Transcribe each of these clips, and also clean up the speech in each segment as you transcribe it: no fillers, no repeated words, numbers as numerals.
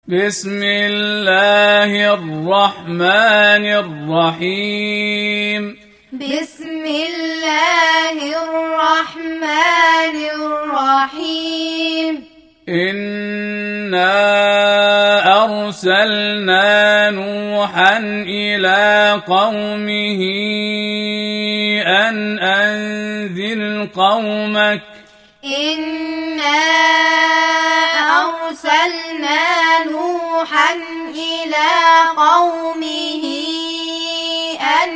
بسم الله الرحمن الرحيم. بسم الله الرحمن الرحيم. إنا أرسلنا نوحا إلى قومه أن أنذر قومك. إنا أرسلنا نوحا إلى قومه أن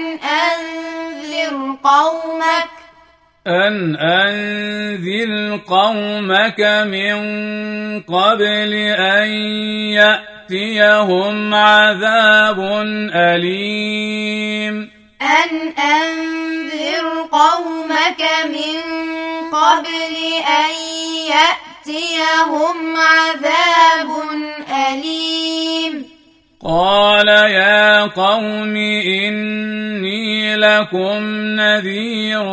أنذر قومك من قبل أن يأتيهم عذاب أليم. أن أنذر قومك من قبل أن يأتيهم عذاب أليم. قال يا قوم إني لكم نذير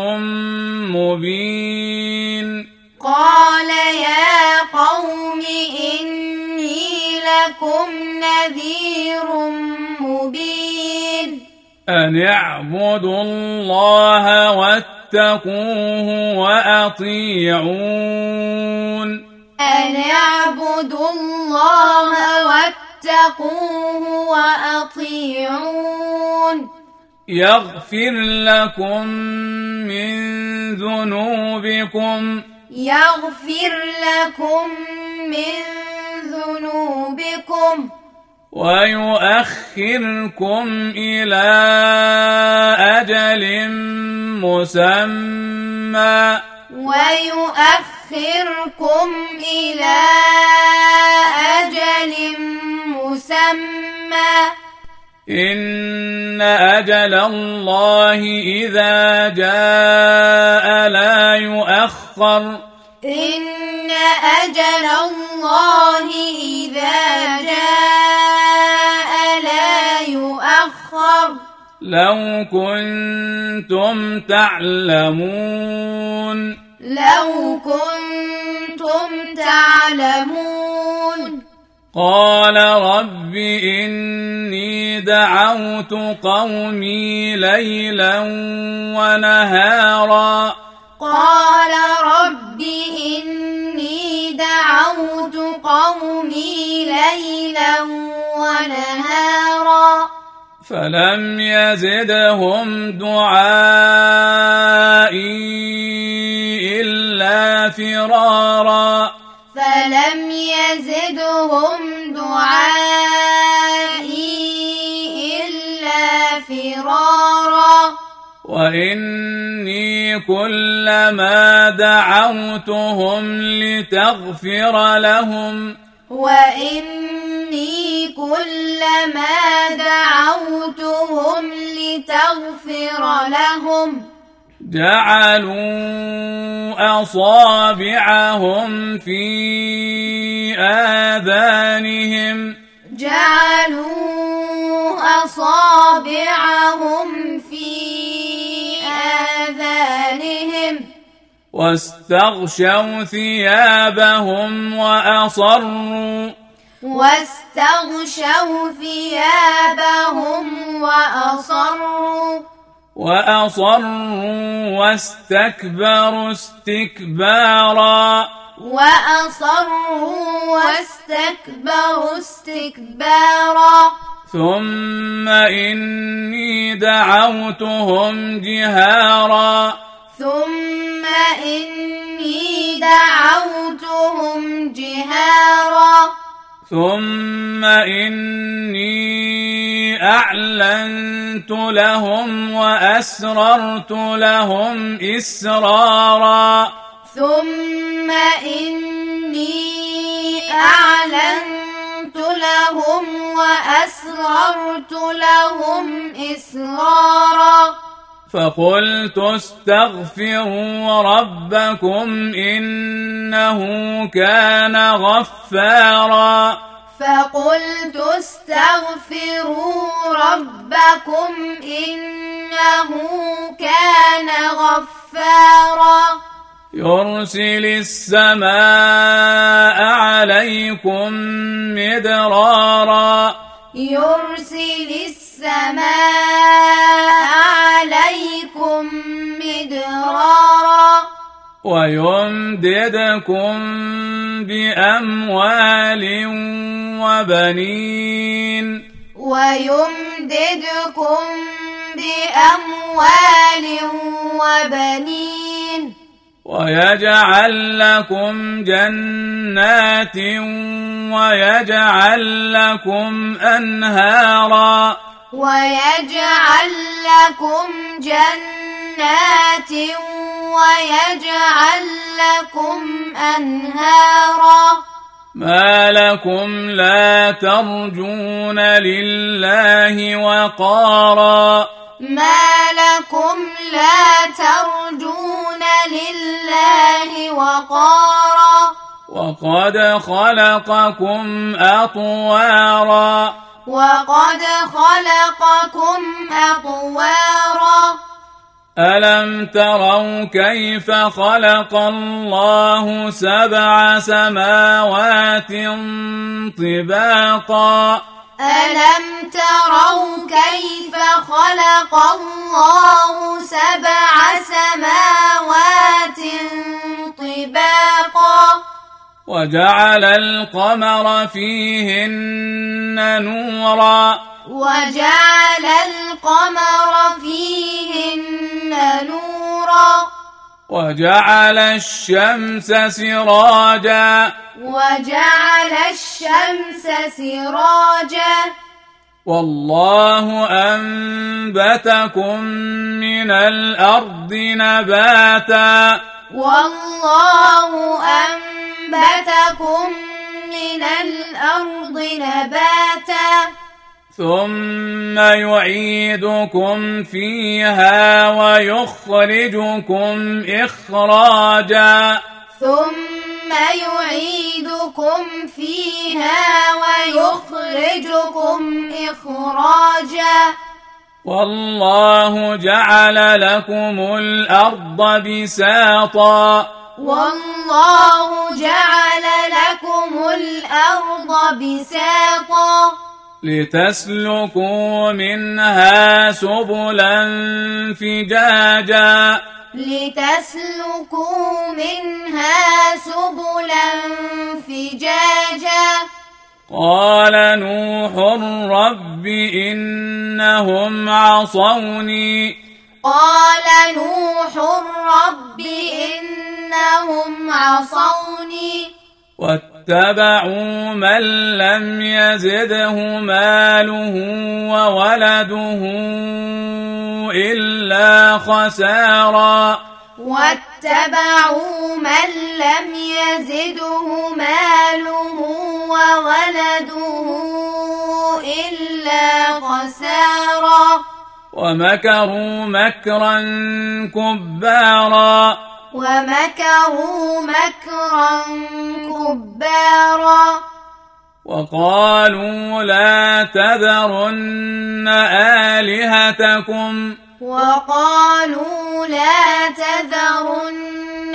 مبين. قال يا قوم إني لكم نذير مبين. أن اعبدوا الله واتقوه وأطيعون. أن اعبدوا الله واتقوه وأطيعون. يغفر لكم من ذنوبكم. يغفر لكم من ذنوبكم. ويؤخركم إلى أجل مسمى. ويؤخركم إلى أجل مسمى. إن أجل الله إذا جاء لا يؤخر. إن أجل الله إذا جاء لا يؤخر. لو كنتم تعلمون. لو كنتم تعلمون. قال رب إني دعوت قومي ليلا ونهارا. قال رب إني دعوت قومي ليلا ونهارا. فلم يزدهم دعائي إلا فرارا. فلم يزدهم دعائي إلا فرارا. وإني كلما دعوتهم لتغفر لهم. وإني كلما دعوتهم لتغفر لهم جعلوا أصابعهم في آذانهم. جعلوا أصابعهم في آذانهم. واستغشوا ثيابهم وأصروا. واستغشوا ثيابهم وأصروا. واستكبروا استكبارا. واستكبروا استكبارا. ثم إني دعوتهم جهارا. ثم إني دعوتهم جهارا. ثم إني أعلنت لهم وأسررت لهم إسرارا. ثم إني أعلنت لهم وأسررت لهم إسرارا. فقلت استغفروا ربكم إنه كان غفارا. فقلت استغفروا ربكم إنه كان غفارا. يرسل السماء عليكم مدرارا يرسل السماء عليكم مدرارا ويمددكم بأموال وبنين ويمددكم بأموال وبنين ويجعل لكم جنات ويجعل لكم أنهارا ويجعل لكم جنات ويجعل لكم أنهارا ما لكم لا ترجون لله وقارا ما لكم لا ترجون لله وقارا وقد خلقكم أطوارا وقد خلقكم أطوارا ألم تروا كيف خلق الله 7 سماوات طباقا ألم تروا كيف خلق الله 7 سماوات طباقا وجعل القمر فيهن نورا وجعل القمر فيهن نورا وجعل الشمس سراجا وجعل الشمس سراجا والله أنبتكم من الأرض نباتا والله أنبتكم من الأرض نباتا ثم يعيدكم فيها ويخرجكم إخراجا ثم يعيدكم فيها ويخرجكم إخراجا والله جعل لكم الأرض بساطا والله جعل لكم الأرض بساطا لتسلكوا منها سبلا فجاجا لتسلكوا منها سبلا فجاجا قال نوح رب إنهم عصوني قال نوح رب إنهم عصوني واتبعوا من لم يزده ماله وولده إلا خسارا واتبعوا من لم يزده ماله وولده إلا خسارا ومكروا مكرا كبارا ومكروا مكرا كبارا وقالوا لا تذرن آلهتكم وقالوا لا تذرن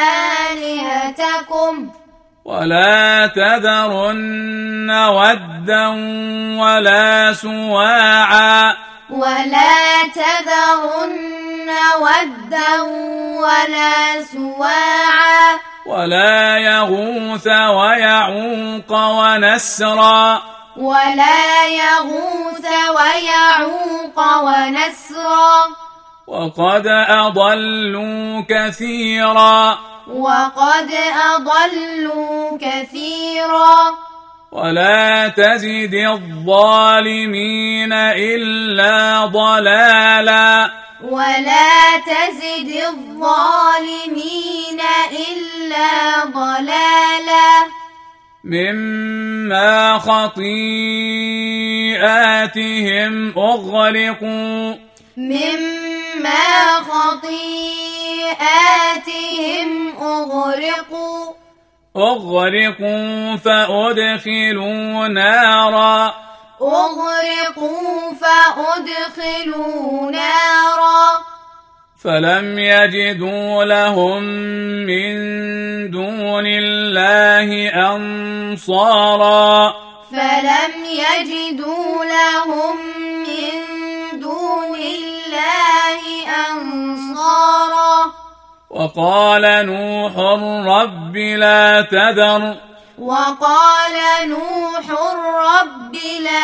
آلهتكم ولا تذرن ودا ولا سواعا ولا تذرن ودا ولا سواعا ولا يغوث ويعوق ونسرا ولا يغوث ويعوق ونسرا وقد أضلوا كثيرا وقد أضلوا كثيرا ولا تزد الظالمين إلا ضلالا ولا تزد الظالمين إلا ضلالا مما خطيئاتهم أغرقوا مما خطيئاتهم أغرقوا فأدخلوا نارا فلم يجدوا لهم من دون الله أنصارا فلم يجدوا لهم من دون الله أنصارا وقال نوح رب لا تذر وقال نوح رب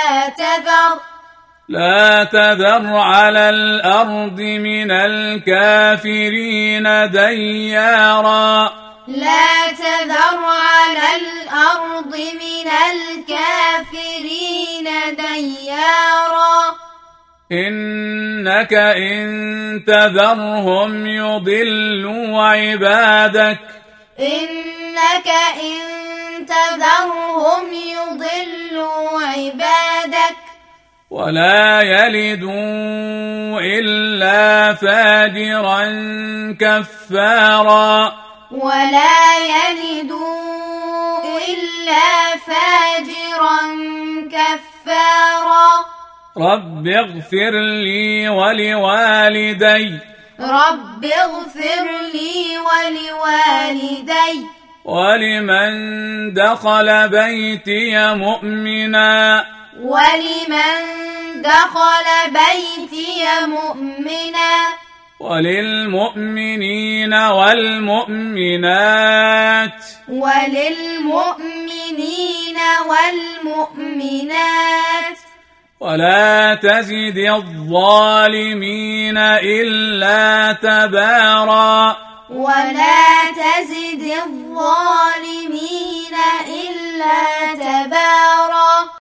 لا تذر على الأرض من الكافرين ديارا لا تذر على الأرض من الكافرين ديارا إنك إن تذرهم يضلوا عبادك إنك إن تذرهم يضلوا عبادك ولا يلدوا إلا فاجرا كفارا ولا يلدوا إلا فاجرا كفارا رب اغفر لي ولوالدي رب اغفر لي ولوالدي ولمن دخل بيتي مؤمنا وللمؤمنين والمؤمنات ولا تزد الظالمين إلا تبارا ولا تزد الظالمين إلا تبارا